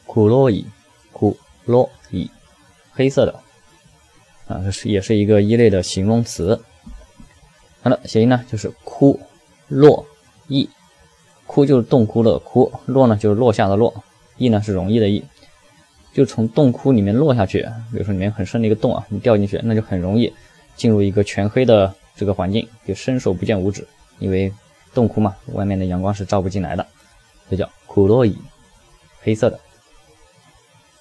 苦洛伊，苦洛伊，黑色的啊，这也是一个一类的形容词。好了，谐音呢就是枯落易，枯就是洞窟的枯，落呢就是落下的落，易呢是容易的易，就从洞窟里面落下去，比如说里面很深的一个洞啊，你掉进去，那就很容易进入一个全黑的这个环境，就伸手不见五指，因为洞窟嘛，外面的阳光是照不进来的，这叫苦洛伊，黑色的。